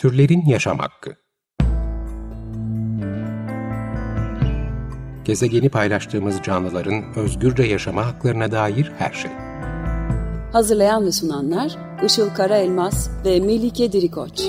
Türlerin yaşam hakkı. Gezegeni paylaştığımız canlıların özgürce yaşama haklarına dair her şey. Hazırlayan ve sunanlar Işıl Karaelmaz ve Melike Dirikoç.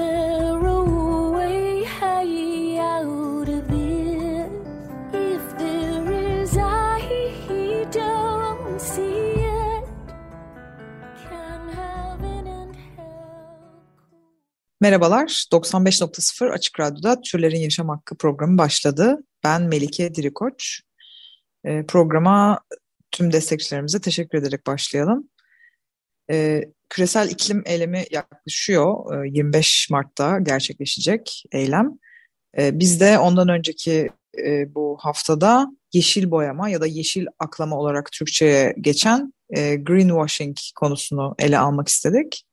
Merhabalar, 95.0 Açık Radyo'da Türlerin Yaşam Hakkı programı başladı. Ben Melike Dirikoç. Programa tüm destekçilerimize teşekkür ederek başlayalım. Küresel iklim eylemi yaklaşıyor. 25 Mart'ta gerçekleşecek eylem. Biz de ondan önceki bu haftada yeşil boyama ya da yeşil aklama olarak Türkçe'ye geçen greenwashing konusunu ele almak istedik.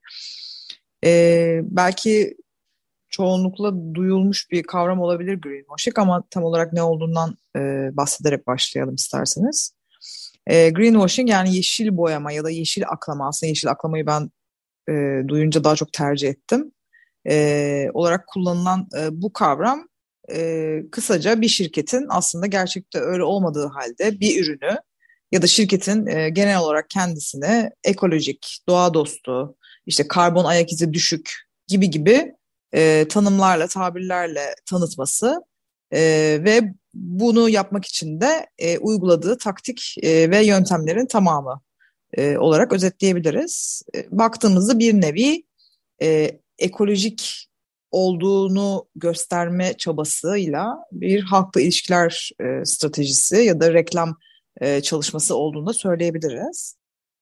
Belki çoğunlukla duyulmuş bir kavram olabilir greenwashing ama tam olarak ne olduğundan bahsederek başlayalım isterseniz. Greenwashing yani yeşil boyama ya da yeşil aklama, aslında yeşil aklamayı ben duyunca daha çok tercih ettim. Olarak kullanılan bu kavram kısaca bir şirketin aslında gerçekte öyle olmadığı halde bir ürünü ya da şirketin genel olarak kendisini ekolojik, doğa dostu, işte karbon ayak izi düşük gibi tanımlarla, tabirlerle tanıtması ve bunu yapmak için de uyguladığı taktik ve yöntemlerin tamamı olarak özetleyebiliriz. Baktığımızda bir nevi ekolojik olduğunu gösterme çabasıyla bir halkla ilişkiler stratejisi ya da reklam çalışması olduğunu da söyleyebiliriz.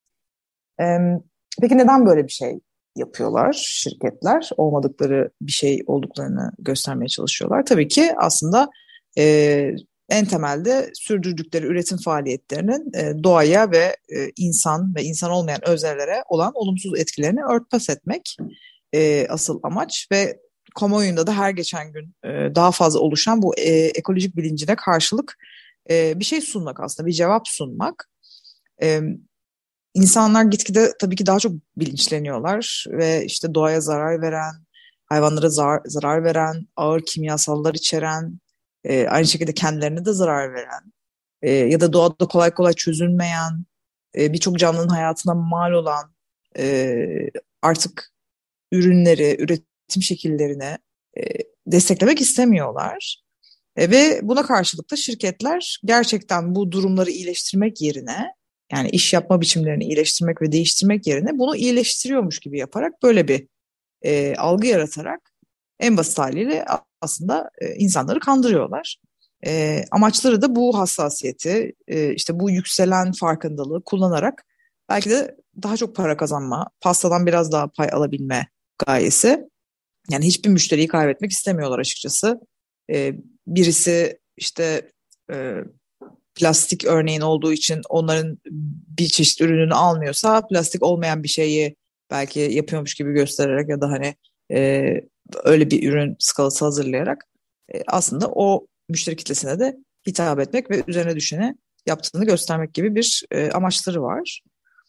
Peki neden böyle bir şey yapıyorlar şirketler? Olmadıkları bir şey olduklarını göstermeye çalışıyorlar. Tabii ki aslında en temelde sürdürdükleri üretim faaliyetlerinin doğaya ve insan olmayan öznelere olan olumsuz etkilerini örtbas etmek asıl amaç ve kamuoyunda da her geçen gün daha fazla oluşan bu ekolojik bilincine karşılık bir şey sunmak, aslında bir cevap sunmak. İnsanlar gitgide tabii ki daha çok bilinçleniyorlar ve işte doğaya zarar veren, hayvanlara zarar veren, ağır kimyasallar içeren, aynı şekilde kendilerine de zarar veren ya da doğada kolay kolay çözülmeyen, birçok canlının hayatına mal olan artık ürünleri, üretim şekillerini desteklemek istemiyorlar. Ve buna karşılık da şirketler gerçekten bu durumları iyileştirmek yerine, yani iş yapma biçimlerini iyileştirmek ve değiştirmek yerine bunu iyileştiriyormuş gibi yaparak böyle bir algı yaratarak en basit haliyle aslında insanları kandırıyorlar. Amaçları da bu hassasiyeti, işte bu yükselen farkındalığı kullanarak belki de daha çok para kazanma, pastadan biraz daha pay alabilme gayesi. Yani hiçbir müşteriyi kaybetmek istemiyorlar açıkçası. Birisi işte plastik örneğin olduğu için onların bir çeşit ürününü almıyorsa plastik olmayan bir şeyi belki yapıyormuş gibi göstererek ya da hani öyle bir ürün skalası hazırlayarak aslında o müşteri kitlesine de hitap etmek ve üzerine düşeni yaptığını göstermek gibi bir amaçları var.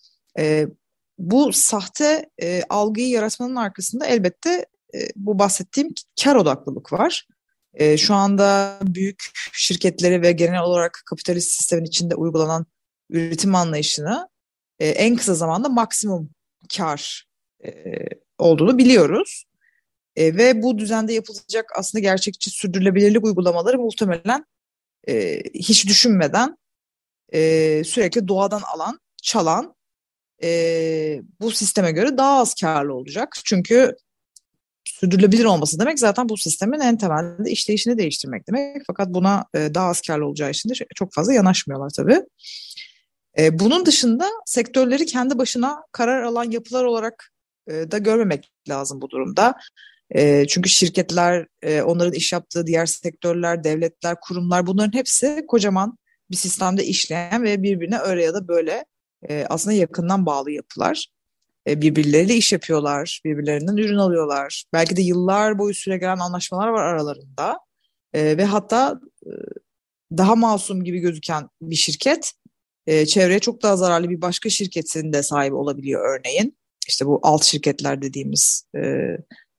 Bu sahte algıyı yaratmanın arkasında elbette bu bahsettiğim kar odaklılık var. Şu anda büyük şirketleri ve genel olarak kapitalist sistemin içinde uygulanan üretim anlayışını en kısa zamanda maksimum kar olduğunu biliyoruz. Ve bu düzende yapılacak aslında gerçekçi sürdürülebilirlik uygulamaları muhtemelen hiç düşünmeden sürekli doğadan alan, çalan bu sisteme göre daha az karlı olacak. Çünkü sürdürülebilir olması demek zaten bu sistemin en temelde işleyişini değiştirmek demek. Fakat buna daha az karlı olacağı için de çok fazla yanaşmıyorlar tabii. Bunun dışında sektörleri kendi başına karar alan yapılar olarak da görmemek lazım bu durumda. Çünkü şirketler, onların iş yaptığı diğer sektörler, devletler, kurumlar, bunların hepsi kocaman bir sistemde işleyen ve birbirine öyle ya da böyle aslında yakından bağlı yapılar. Birbirleriyle iş yapıyorlar, birbirlerinden ürün alıyorlar. Belki de yıllar boyu süregelen anlaşmalar var aralarında. Ve hatta daha masum gibi gözüken bir şirket çevreye çok daha zararlı bir başka şirketin de sahibi olabiliyor örneğin. İşte bu alt şirketler dediğimiz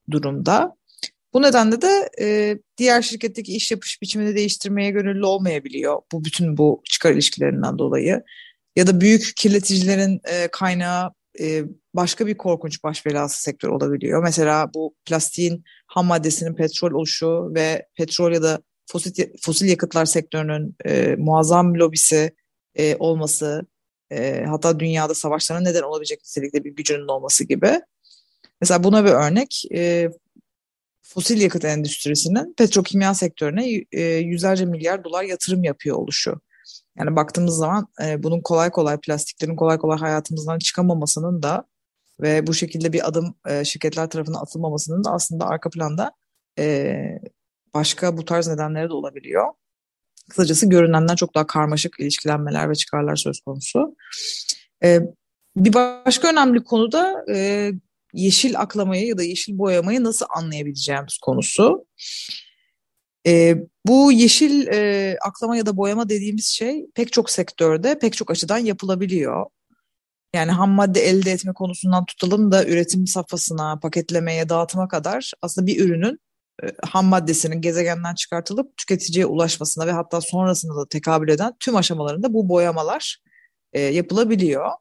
durumda. Bu nedenle de diğer şirketteki iş yapış biçimini değiştirmeye gönüllü olmayabiliyor. Bütün bu çıkar ilişkilerinden dolayı. Ya da büyük kirleticilerin kaynağı başka bir korkunç baş belası sektör olabiliyor. Mesela bu plastiğin ham maddesinin petrol oluşu ve petrol ya da fosil yakıtlar sektörünün muazzam bir lobisi olması, hatta dünyada savaşlara neden olabilecek nitelikte bir gücünün olması gibi. Mesela buna bir örnek, fosil yakıt endüstrisinin petrokimya sektörüne yüzlerce milyar dolar yatırım yapıyor oluşu. Yani baktığımız zaman bunun kolay kolay, plastiklerin kolay kolay hayatımızdan çıkamamasının da ve bu şekilde bir adım şirketler tarafından atılmamasının da aslında arka planda e, başka bu tarz nedenleri de olabiliyor. Kısacası görünenden çok daha karmaşık ilişkilenmeler ve çıkarlar söz konusu. E, Bir başka önemli konu da yeşil aklamayı ya da yeşil boyamayı nasıl anlayabileceğimiz konusu. Bu yeşil aklama ya da boyama dediğimiz şey pek çok sektörde pek çok açıdan yapılabiliyor. Yani ham madde elde etme konusundan tutalım da üretim safhasına, paketlemeye, dağıtıma kadar aslında bir ürünün ham maddesinin gezegenden çıkartılıp tüketiciye ulaşmasına ve hatta sonrasında da tekabül eden tüm aşamalarında bu boyamalar yapılabiliyor.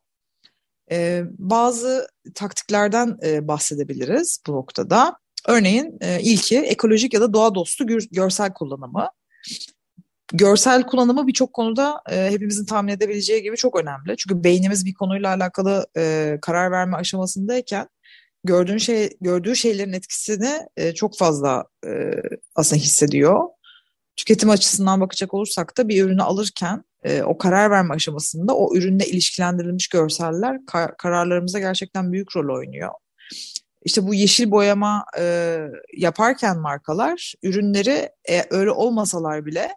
Bazı taktiklerden bahsedebiliriz bu noktada. Örneğin ilki ekolojik ya da doğa dostu görsel kullanımı. Görsel kullanımı birçok konuda hepimizin tahmin edebileceği gibi çok önemli. Çünkü beynimiz bir konuyla alakalı karar verme aşamasındayken gördüğü şeylerin etkisini çok fazla aslında hissediyor. Tüketim açısından bakacak olursak da bir ürünü alırken o karar verme aşamasında o ürünle ilişkilendirilmiş görseller kararlarımıza gerçekten büyük rol oynuyor. İşte bu yeşil boyama yaparken markalar ürünleri öyle olmasalar bile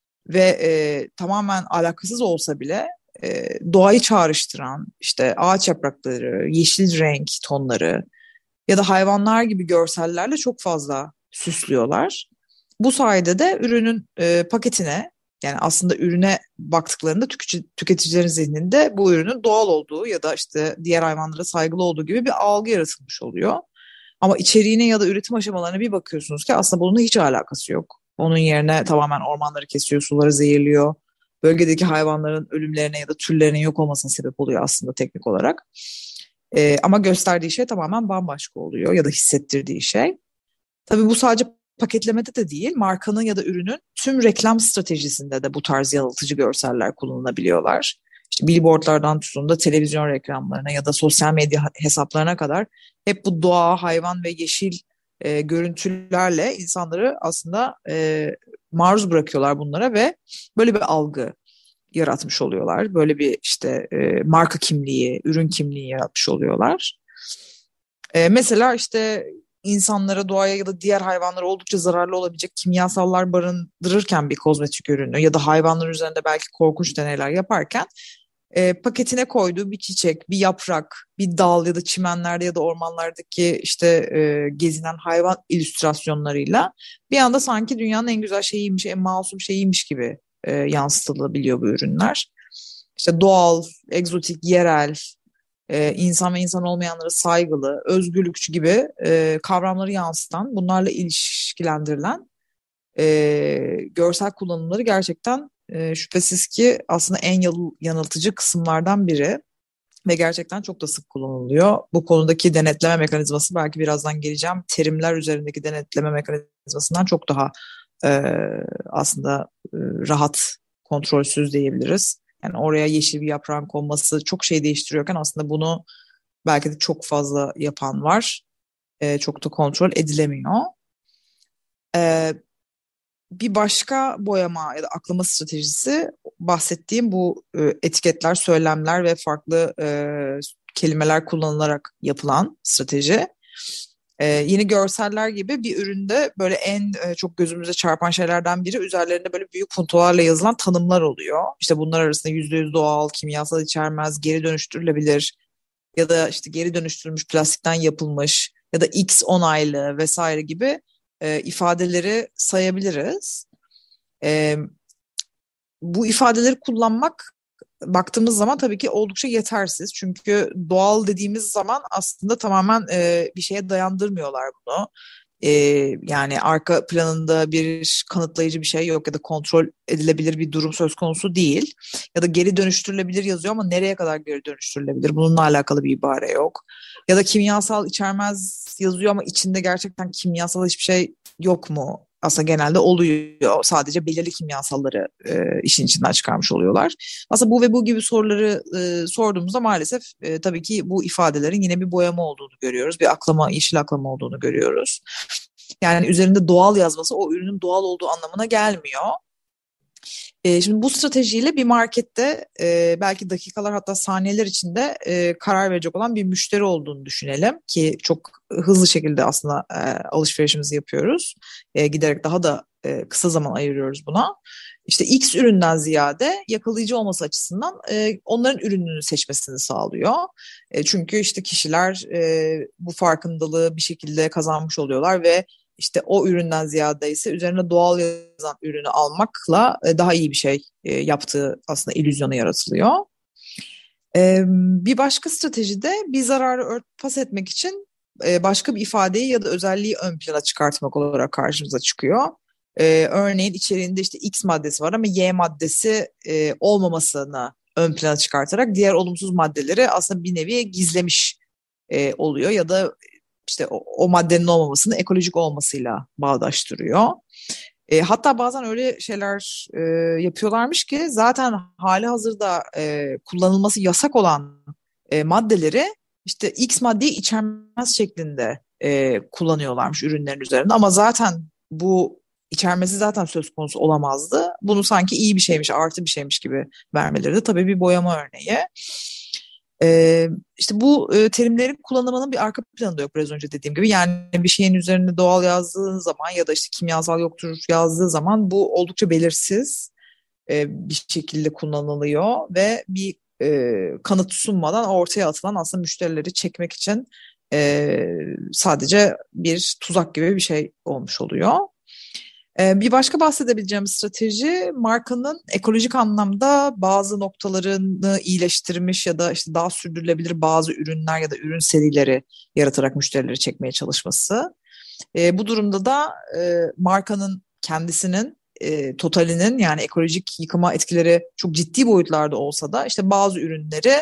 ve tamamen alakasız olsa bile doğayı çağrıştıran işte ağaç yaprakları, yeşil renk tonları ya da hayvanlar gibi görsellerle çok fazla süslüyorlar. Bu sayede de ürünün paketine, yani aslında ürüne baktıklarında tüketicilerin zihninde bu ürünün doğal olduğu ya da işte diğer hayvanlara saygılı olduğu gibi bir algı yaratılmış oluyor. Ama içeriğine ya da üretim aşamalarına bir bakıyorsunuz ki aslında bununla hiç alakası yok. Onun yerine tamamen ormanları kesiyor, suları zehirliyor. Bölgedeki hayvanların ölümlerine ya da türlerinin yok olmasına sebep oluyor aslında teknik olarak. Ama gösterdiği şey tamamen bambaşka oluyor ya da hissettirdiği şey. Tabii bu sadece paketlemede de değil, markanın ya da ürünün tüm reklam stratejisinde de bu tarz yanıltıcı görseller kullanılabiliyorlar. İşte billboardlardan tutun da televizyon reklamlarına ya da sosyal medya hesaplarına kadar hep bu doğa, hayvan ve yeşil görüntülerle insanları aslında maruz bırakıyorlar bunlara ve böyle bir algı yaratmış oluyorlar. Böyle bir işte marka kimliği, ürün kimliği yaratmış oluyorlar. Mesela işte insanlara, doğaya ya da diğer hayvanlara oldukça zararlı olabilecek kimyasallar barındırırken bir kozmetik ürünü ya da hayvanlar üzerinde belki korkunç deneyler yaparken paketine koyduğu bir çiçek, bir yaprak, bir dal ya da çimenlerde ya da ormanlardaki işte gezinen hayvan illüstrasyonlarıyla bir anda sanki dünyanın en güzel şeyiymiş, en masum şeyiymiş gibi yansıtılabiliyor bu ürünler. İşte doğal, egzotik, yerel, insan ve insan olmayanlara saygılı, özgürlükçü gibi kavramları yansıtan, bunlarla ilişkilendirilen görsel kullanımları gerçekten şüphesiz ki aslında en yanıltıcı kısımlardan biri ve gerçekten çok da sık kullanılıyor. Bu konudaki denetleme mekanizması, belki birazdan geleceğim, terimler üzerindeki denetleme mekanizmasından çok daha aslında rahat, kontrolsüz diyebiliriz. Yani oraya yeşil bir yaprağın konması çok şey değiştiriyorken aslında bunu belki de çok fazla yapan var. Çok da kontrol edilemiyor. Bir başka boyama ya da aklama stratejisi bahsettiğim bu etiketler, söylemler ve farklı kelimeler kullanılarak yapılan strateji. Yine görseller gibi bir üründe böyle en çok gözümüze çarpan şeylerden biri üzerlerinde böyle büyük puntolarla yazılan tanımlar oluyor. İşte bunlar arasında %100 doğal, kimyasal içermez, geri dönüştürülebilir ya da işte geri dönüştürülmüş plastikten yapılmış ya da X onaylı vesaire gibi ifadeleri sayabiliriz. Bu ifadeleri kullanmak baktığımız zaman tabii ki oldukça yetersiz. Çünkü doğal dediğimiz zaman aslında tamamen bir şeye dayandırmıyorlar bunu. E, Yani arka planında bir kanıtlayıcı bir şey yok ya da kontrol edilebilir bir durum söz konusu değil. Ya da geri dönüştürülebilir yazıyor ama nereye kadar geri dönüştürülebilir? Bununla alakalı bir ibare yok. Ya da kimyasal içermez yazıyor ama içinde gerçekten kimyasal hiçbir şey yok mu? Aslında genelde oluyor. Sadece belirli kimyasalları işin içinden çıkarmış oluyorlar. Aslında bu ve bu gibi soruları sorduğumuzda maalesef tabii ki bu ifadelerin yine bir boyama olduğunu görüyoruz. Bir aklama, yeşil aklama olduğunu görüyoruz. Yani üzerinde doğal yazması o ürünün doğal olduğu anlamına gelmiyor. Şimdi bu stratejiyle bir markette belki dakikalar hatta saniyeler içinde karar verecek olan bir müşteri olduğunu düşünelim ki çok hızlı şekilde aslında alışverişimizi yapıyoruz. Giderek daha da kısa zaman ayırıyoruz buna. İşte X üründen ziyade yakalayıcı olması açısından onların ürününü seçmesini sağlıyor. Çünkü işte kişiler bu farkındalığı bir şekilde kazanmış oluyorlar ve işte o üründen ziyade ise üzerine doğal yazan ürünü almakla daha iyi bir şey yaptığı aslında illüzyonu yaratılıyor. Bir başka strateji de bir zararı örtbas etmek için başka bir ifadeyi ya da özelliği ön plana çıkartmak olarak karşımıza çıkıyor. Örneğin içeriğinde işte X maddesi var ama Y maddesi olmamasını ön plana çıkartarak diğer olumsuz maddeleri aslında bir nevi gizlemiş oluyor ya da işte o maddenin olmamasını ekolojik olmasıyla bağdaştırıyor. Hatta bazen öyle şeyler yapıyorlarmış ki zaten hali hazırda kullanılması yasak olan maddeleri işte X maddeyi içermez şeklinde kullanıyorlarmış ürünlerin üzerinde. Ama zaten bu içermesi zaten söz konusu olamazdı. Bunu sanki iyi bir şeymiş, artı bir şeymiş gibi vermeleri de tabii bir boyama örneği. İşte bu terimlerin kullanımının bir arka planı da yok biraz önce dediğim gibi. Yani bir şeyin üzerinde doğal yazdığı zaman ya da işte kimyasal yoktur yazdığı zaman bu oldukça belirsiz bir şekilde kullanılıyor ve bir kanıt sunmadan ortaya atılan aslında müşterileri çekmek için sadece bir tuzak gibi bir şey olmuş oluyor. Bir başka bahsedebileceğim strateji markanın ekolojik anlamda bazı noktalarını iyileştirmiş ya da işte daha sürdürülebilir bazı ürünler ya da ürün serileri yaratarak müşterileri çekmeye çalışması. Bu durumda da markanın kendisinin totalinin yani ekolojik yıkıma etkileri çok ciddi boyutlarda olsa da işte bazı ürünleri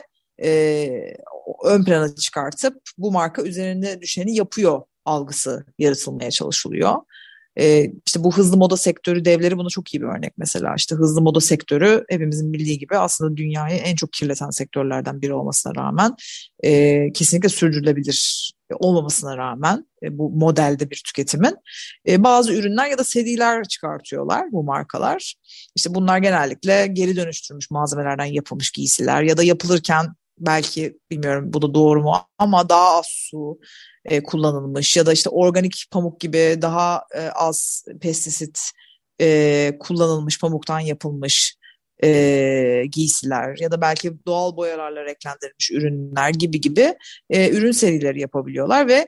ön plana çıkartıp bu marka üzerine düşeni yapıyor algısı yaratılmaya çalışılıyor. İşte bu hızlı moda sektörü devleri buna çok iyi bir örnek mesela. İşte hızlı moda sektörü hepimizin bildiği gibi aslında dünyayı en çok kirleten sektörlerden biri olmasına rağmen kesinlikle sürdürülebilir olmamasına rağmen bu modelde bir tüketimin bazı ürünler ya da seriler çıkartıyorlar bu markalar. İşte bunlar genellikle geri dönüştürülmüş malzemelerden yapılmış giysiler ya da yapılırken belki bilmiyorum bu da doğru mu ama daha az su kullanılmış ya da işte organik pamuk gibi daha az pestisit kullanılmış pamuktan yapılmış giysiler ya da belki doğal boyalarla renklendirilmiş ürünler gibi ürün serileri yapabiliyorlar ve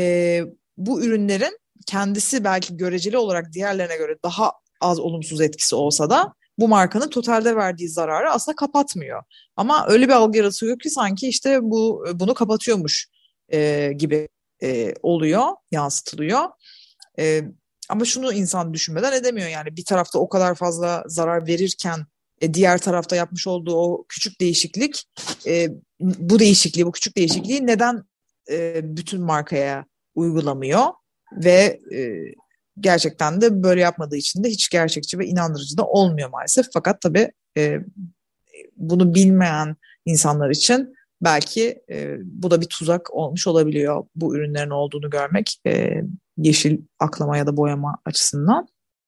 bu ürünlerin kendisi belki göreceli olarak diğerlerine göre daha az olumsuz etkisi olsa da bu markanın totalde verdiği zararı aslında kapatmıyor. Ama öyle bir algı yaratıyor ki sanki işte bunu kapatıyormuş gibi oluyor, yansıtılıyor. Ama şunu insan düşünmeden edemiyor yani bir tarafta o kadar fazla zarar verirken diğer tarafta yapmış olduğu o küçük değişiklik, bu küçük değişikliği neden bütün markaya uygulamıyor ve gerçekten de böyle yapmadığı için de hiç gerçekçi ve inandırıcı da olmuyor maalesef. Fakat tabii bunu bilmeyen insanlar için belki bu da bir tuzak olmuş olabiliyor bu ürünlerin olduğunu görmek yeşil aklama ya da boyama açısından.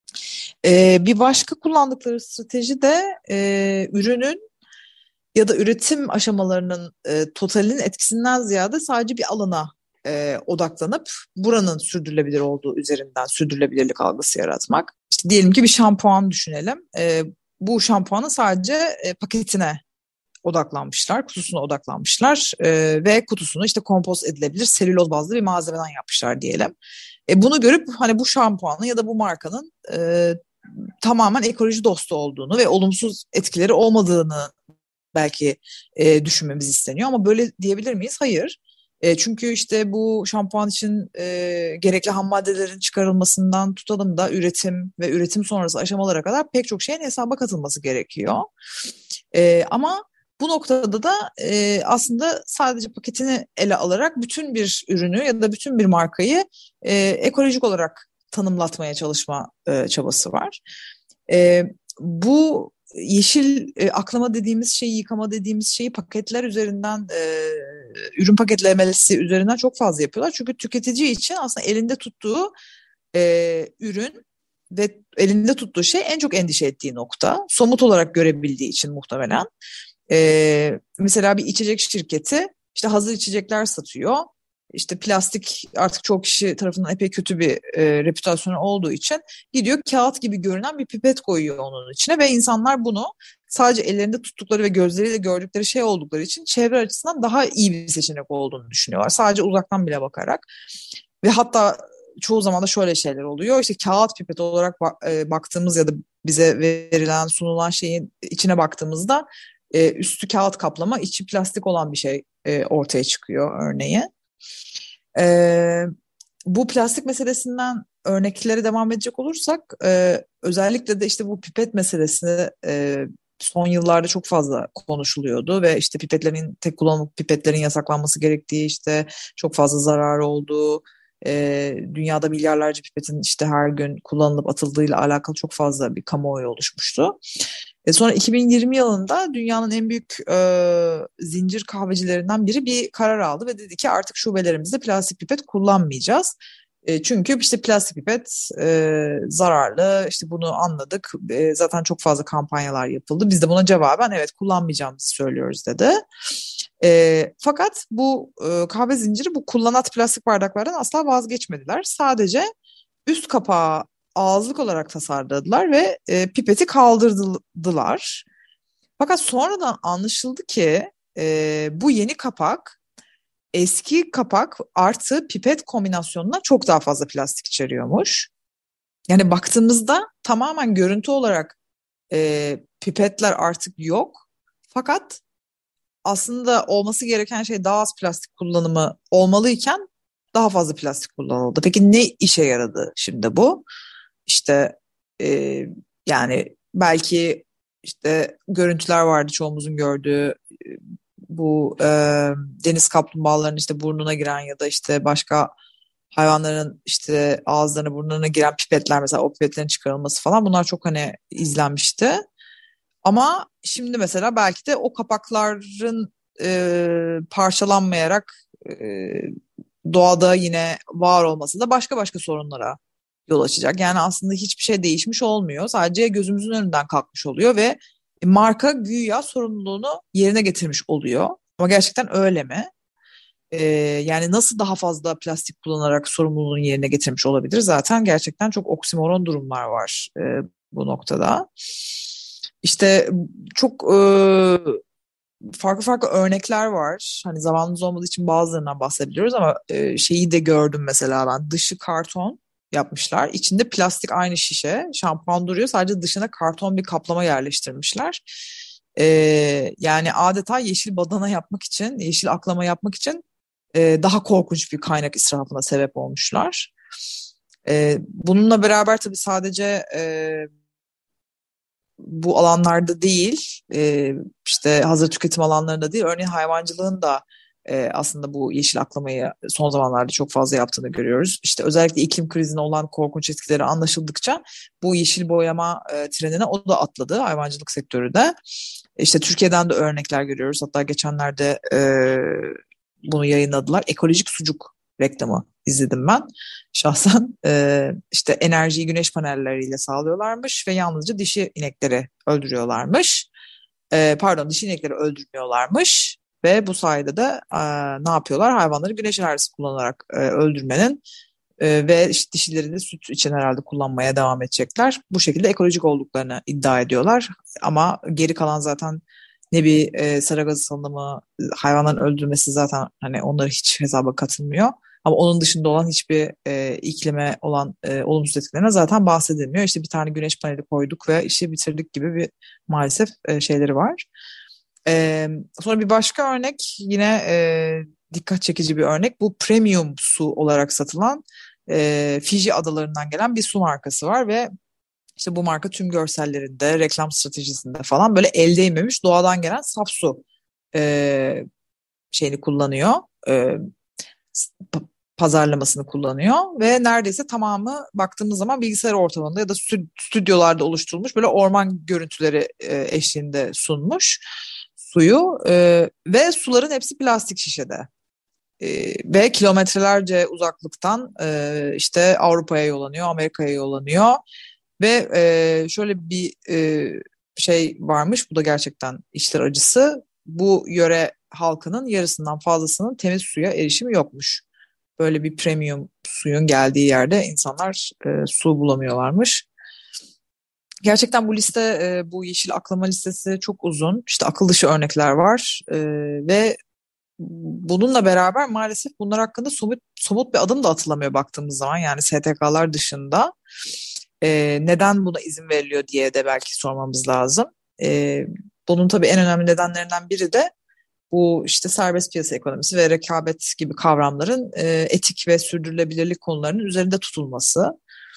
Bir başka kullandıkları strateji de ürünün ya da üretim aşamalarının totalinin etkisinden ziyade sadece bir alana odaklanıp buranın sürdürülebilir olduğu üzerinden sürdürülebilirlik algısı yaratmak. İşte diyelim ki bir şampuan düşünelim. Bu şampuanın sadece paketine odaklanmışlar, kutusuna odaklanmışlar ve kutusunu işte kompost edilebilir selüloz bazlı bir malzemeden yapmışlar diyelim. Bunu görüp hani bu şampuanın ya da bu markanın tamamen ekoloji dostu olduğunu ve olumsuz etkileri olmadığını belki düşünmemiz isteniyor ama böyle diyebilir miyiz? Hayır. Çünkü işte bu şampuan için gerekli ham maddelerin çıkarılmasından tutalım da üretim ve üretim sonrası aşamalara kadar pek çok şeyin hesaba katılması gerekiyor. Ama bu noktada da aslında sadece paketini ele alarak bütün bir ürünü ya da bütün bir markayı ekolojik olarak tanımlatmaya çalışma çabası var. Bu yeşil aklama dediğimiz şeyi, yıkama dediğimiz şeyi paketler üzerinden, ürün paketlemesi üzerinden çok fazla yapıyorlar. Çünkü tüketici için aslında elinde tuttuğu ürün ve elinde tuttuğu şey en çok endişe ettiği nokta. Somut olarak görebildiği için muhtemelen. Mesela bir içecek şirketi işte hazır içecekler satıyor. İşte plastik artık çok kişi tarafından epey kötü bir reputasyonu olduğu için gidiyor kağıt gibi görünen bir pipet koyuyor onun içine ve insanlar bunu sadece ellerinde tuttukları ve gözleriyle gördükleri şey oldukları için çevre açısından daha iyi bir seçenek olduğunu düşünüyorlar. Sadece uzaktan bile bakarak ve hatta çoğu zaman da şöyle şeyler oluyor. İşte kağıt pipet olarak baktığımız ya da bize verilen sunulan şeyin içine baktığımızda üstü kağıt kaplama, içi plastik olan bir şey ortaya çıkıyor örneğin. Bu plastik meselesinden örneklere devam edecek olursak özellikle de işte bu pipet meselesi son yıllarda çok fazla konuşuluyordu ve işte pipetlerin, tek kullanımlık pipetlerin yasaklanması gerektiği, işte çok fazla zararı olduğu, dünyada milyarlarca pipetin işte her gün kullanılıp atıldığıyla alakalı çok fazla bir kamuoyu oluşmuştu. Sonra 2020 yılında dünyanın en büyük zincir kahvecilerinden biri bir karar aldı ve dedi ki artık şubelerimizde plastik pipet kullanmayacağız. Çünkü işte plastik pipet zararlı, işte bunu anladık. Zaten çok fazla kampanyalar yapıldı. Biz de buna cevaben evet kullanmayacağımızı söylüyoruz dedi. Fakat bu kahve zinciri bu kullanat plastik bardaklardan asla vazgeçmediler. Sadece üst kapağı ağızlık olarak tasarladılar ve pipeti kaldırdılar. Fakat sonradan anlaşıldı ki bu yeni kapak eski kapak artı pipet kombinasyonuna çok daha fazla plastik içeriyormuş. Yani baktığımızda tamamen görüntü olarak pipetler artık yok. Fakat aslında olması gereken şey daha az plastik kullanımı olmalıyken daha fazla plastik kullanıldı. Peki ne işe yaradı şimdi bu? İşte yani belki işte görüntüler vardı çoğumuzun gördüğü, bu deniz kaplumbağalarının işte burnuna giren ya da işte başka hayvanların işte ağızlarına burnuna giren pipetler, mesela o pipetlerin çıkarılması falan, bunlar çok hani izlenmişti. Ama şimdi mesela belki de o kapakların parçalanmayarak doğada yine var olması da başka sorunlara yol açacak. Yani aslında hiçbir şey değişmiş olmuyor. Sadece gözümüzün önünden kalkmış oluyor ve marka güya sorumluluğunu yerine getirmiş oluyor. Ama gerçekten öyle mi? Yani nasıl daha fazla plastik kullanarak sorumluluğunu yerine getirmiş olabilir? Zaten gerçekten çok oksimoron durumlar var bu noktada. İşte çok farklı örnekler var. Hani zamanımız olmadığı için bazılarından bahsedebiliyoruz ama şeyi de gördüm mesela ben. Dışı karton yapmışlar. İçinde plastik aynı şişe. Şampuan duruyor. Sadece dışına karton bir kaplama yerleştirmişler. Yani adeta yeşil badana yapmak için, yeşil aklama yapmak için daha korkunç bir kaynak israfına sebep olmuşlar. Bununla beraber tabii sadece bu alanlarda değil, işte hazır tüketim alanlarında değil, örneğin hayvancılığın da aslında bu yeşil aklamayı son zamanlarda çok fazla yaptığını görüyoruz. İşte özellikle iklim krizine olan korkunç etkileri anlaşıldıkça bu yeşil boyama trenine o da atladı, hayvancılık sektörü de. İşte Türkiye'den de örnekler görüyoruz. Hatta geçenlerde bunu yayınladılar. Ekolojik sucuk reklamı izledim ben şahsen. İşte enerjiyi güneş panelleriyle sağlıyorlarmış ve yalnızca dişi inekleri öldürüyorlarmış. Dişi inekleri öldürmüyorlarmış ve bu sayede de ne yapıyorlar? Hayvanları güneş enerjisi kullanarak öldürmenin ve işte dişileri de süt için herhalde kullanmaya devam edecekler. Bu şekilde ekolojik olduklarını iddia ediyorlar. Ama geri kalan zaten ne bir sera gazı salınımı, hayvanların öldürmesi zaten hani onları hiç hesaba katılmıyor. Ama onun dışında olan hiçbir iklime olan olumsuz etkilerine zaten bahsedilmiyor. İşte bir tane güneş paneli koyduk ve işi bitirdik gibi bir maalesef şeyleri var. Sonra bir başka örnek yine dikkat çekici bir örnek. Bu premium su olarak satılan Fiji adalarından gelen bir su markası var ve işte bu marka tüm görsellerinde, reklam stratejisinde falan böyle el değmemiş doğadan gelen saf su şeyini kullanıyor. E, Pazarlamasını kullanıyor ve neredeyse tamamı baktığımız zaman bilgisayar ortamında ya da stüdyolarda oluşturulmuş böyle orman görüntüleri eşliğinde sunmuş suyu ve suların hepsi plastik şişede. Ve kilometrelerce uzaklıktan işte Avrupa'ya yollanıyor, Amerika'ya yollanıyor ve şöyle bir şey varmış, bu da gerçekten içler acısı. Bu yöre halkının yarısından fazlasının temiz suya erişimi yokmuş. Böyle bir premium suyun geldiği yerde insanlar su bulamıyorlarmış. Gerçekten bu liste, bu yeşil aklama listesi çok uzun. İşte akıl dışı örnekler var ve bununla beraber maalesef bunlar hakkında somut bir adım da atılamıyor baktığımız zaman. Yani STK'lar dışında neden buna izin veriliyor diye de belki sormamız lazım. Bunun tabii en önemli nedenlerinden biri de bu işte serbest piyasa ekonomisi ve rekabet gibi kavramların etik ve sürdürülebilirlik konularının üzerinde tutulması.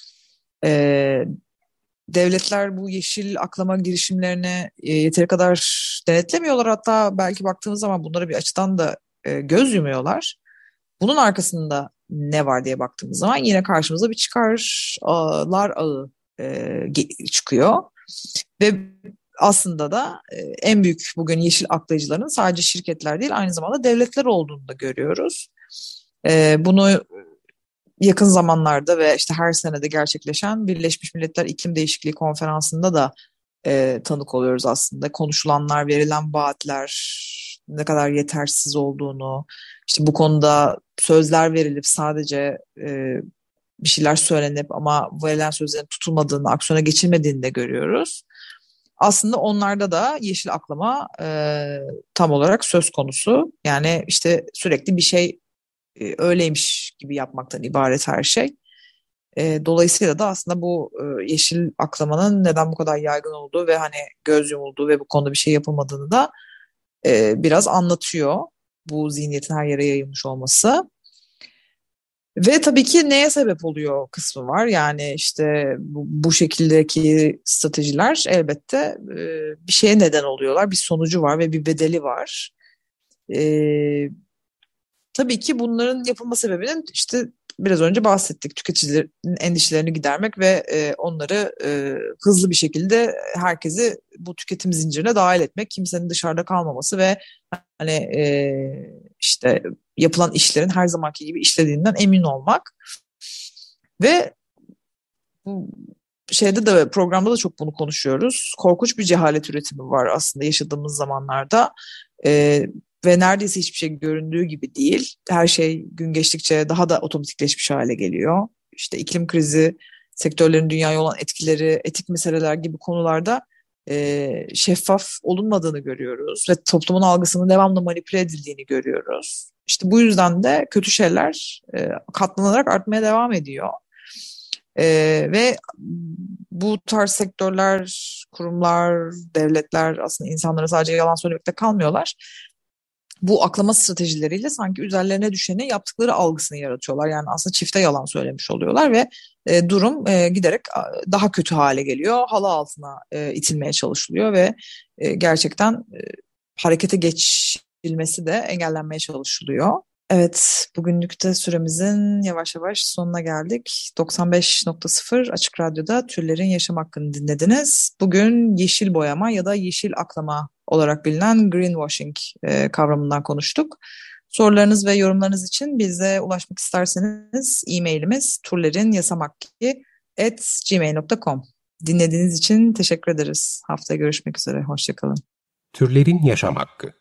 Devletler bu yeşil aklama girişimlerini yeteri kadar denetlemiyorlar. Hatta belki baktığımız zaman bunlara bir açıdan da göz yumuyorlar. Bunun arkasında ne var diye baktığımız zaman yine karşımıza bir çıkarlar ağı çıkıyor. Ve aslında da en büyük bugün yeşil aklayıcıların sadece şirketler değil, aynı zamanda devletler olduğunu da görüyoruz. Bunu yakın zamanlarda ve işte her senede gerçekleşen Birleşmiş Milletler İklim Değişikliği Konferansı'nda da tanık oluyoruz aslında. Konuşulanlar, verilen vaatler ne kadar yetersiz olduğunu, işte bu konuda sözler verilip sadece bir şeyler söylenip ama verilen sözlerin tutulmadığını, aksiyona geçilmediğini de görüyoruz. Aslında onlarda da yeşil aklama tam olarak söz konusu. Yani işte sürekli bir şey öyleymiş gibi yapmaktan ibaret her şey. Dolayısıyla da aslında bu yeşil aklamanın neden bu kadar yaygın olduğu ve hani göz yumulduğu ve bu konuda bir şey yapılmadığını da biraz anlatıyor. Bu zihniyetin her yere yayılmış olması. Ve tabii ki neye sebep oluyor kısmı var. Yani işte bu şekildeki stratejiler elbette bir şeye neden oluyorlar. Bir sonucu var ve bir bedeli var. Tabii ki bunların yapılma sebebinin işte biraz önce bahsettik. Tüketicilerin endişelerini gidermek ve onları hızlı bir şekilde herkesi bu tüketim zincirine dahil etmek. Kimsenin dışarıda kalmaması ve hani işte yapılan işlerin her zamanki gibi işlediğinden emin olmak. Ve bu şeyde de programda da çok bunu konuşuyoruz. Korkunç bir cehalet üretimi var aslında yaşadığımız zamanlarda. Ve neredeyse hiçbir şey göründüğü gibi değil. Her şey gün geçtikçe daha da otomatikleşmiş hale geliyor. İşte iklim krizi, sektörlerin dünyaya olan etkileri, etik meseleler gibi konularda şeffaf olunmadığını görüyoruz. Ve toplumun algısının devamlı manipüle edildiğini görüyoruz. İşte bu yüzden de kötü şeyler katlanarak artmaya devam ediyor. Ve bu tarz sektörler, kurumlar, devletler aslında insanlara sadece yalan söylemekte kalmıyorlar. Bu aklama stratejileriyle sanki üzerlerine düşeni yaptıkları algısını yaratıyorlar. Yani aslında çifte yalan söylemiş oluyorlar ve durum giderek daha kötü hale geliyor. Halı altına itilmeye çalışılıyor ve gerçekten harekete geçilmesi de engellenmeye çalışılıyor. Evet, bugünlük de süremizin yavaş yavaş sonuna geldik. 95.0 Açık Radyo'da Türlerin Yaşam Hakkını dinlediniz. Bugün yeşil boyama ya da yeşil aklama olarak bilinen greenwashing kavramından konuştuk. Sorularınız ve yorumlarınız için bize ulaşmak isterseniz e-mailimiz turlerinyasamakki@gmail.com. Dinlediğiniz için teşekkür ederiz. Haftaya görüşmek üzere, hoşça kalın. Türlerin Yaşam Hakkı.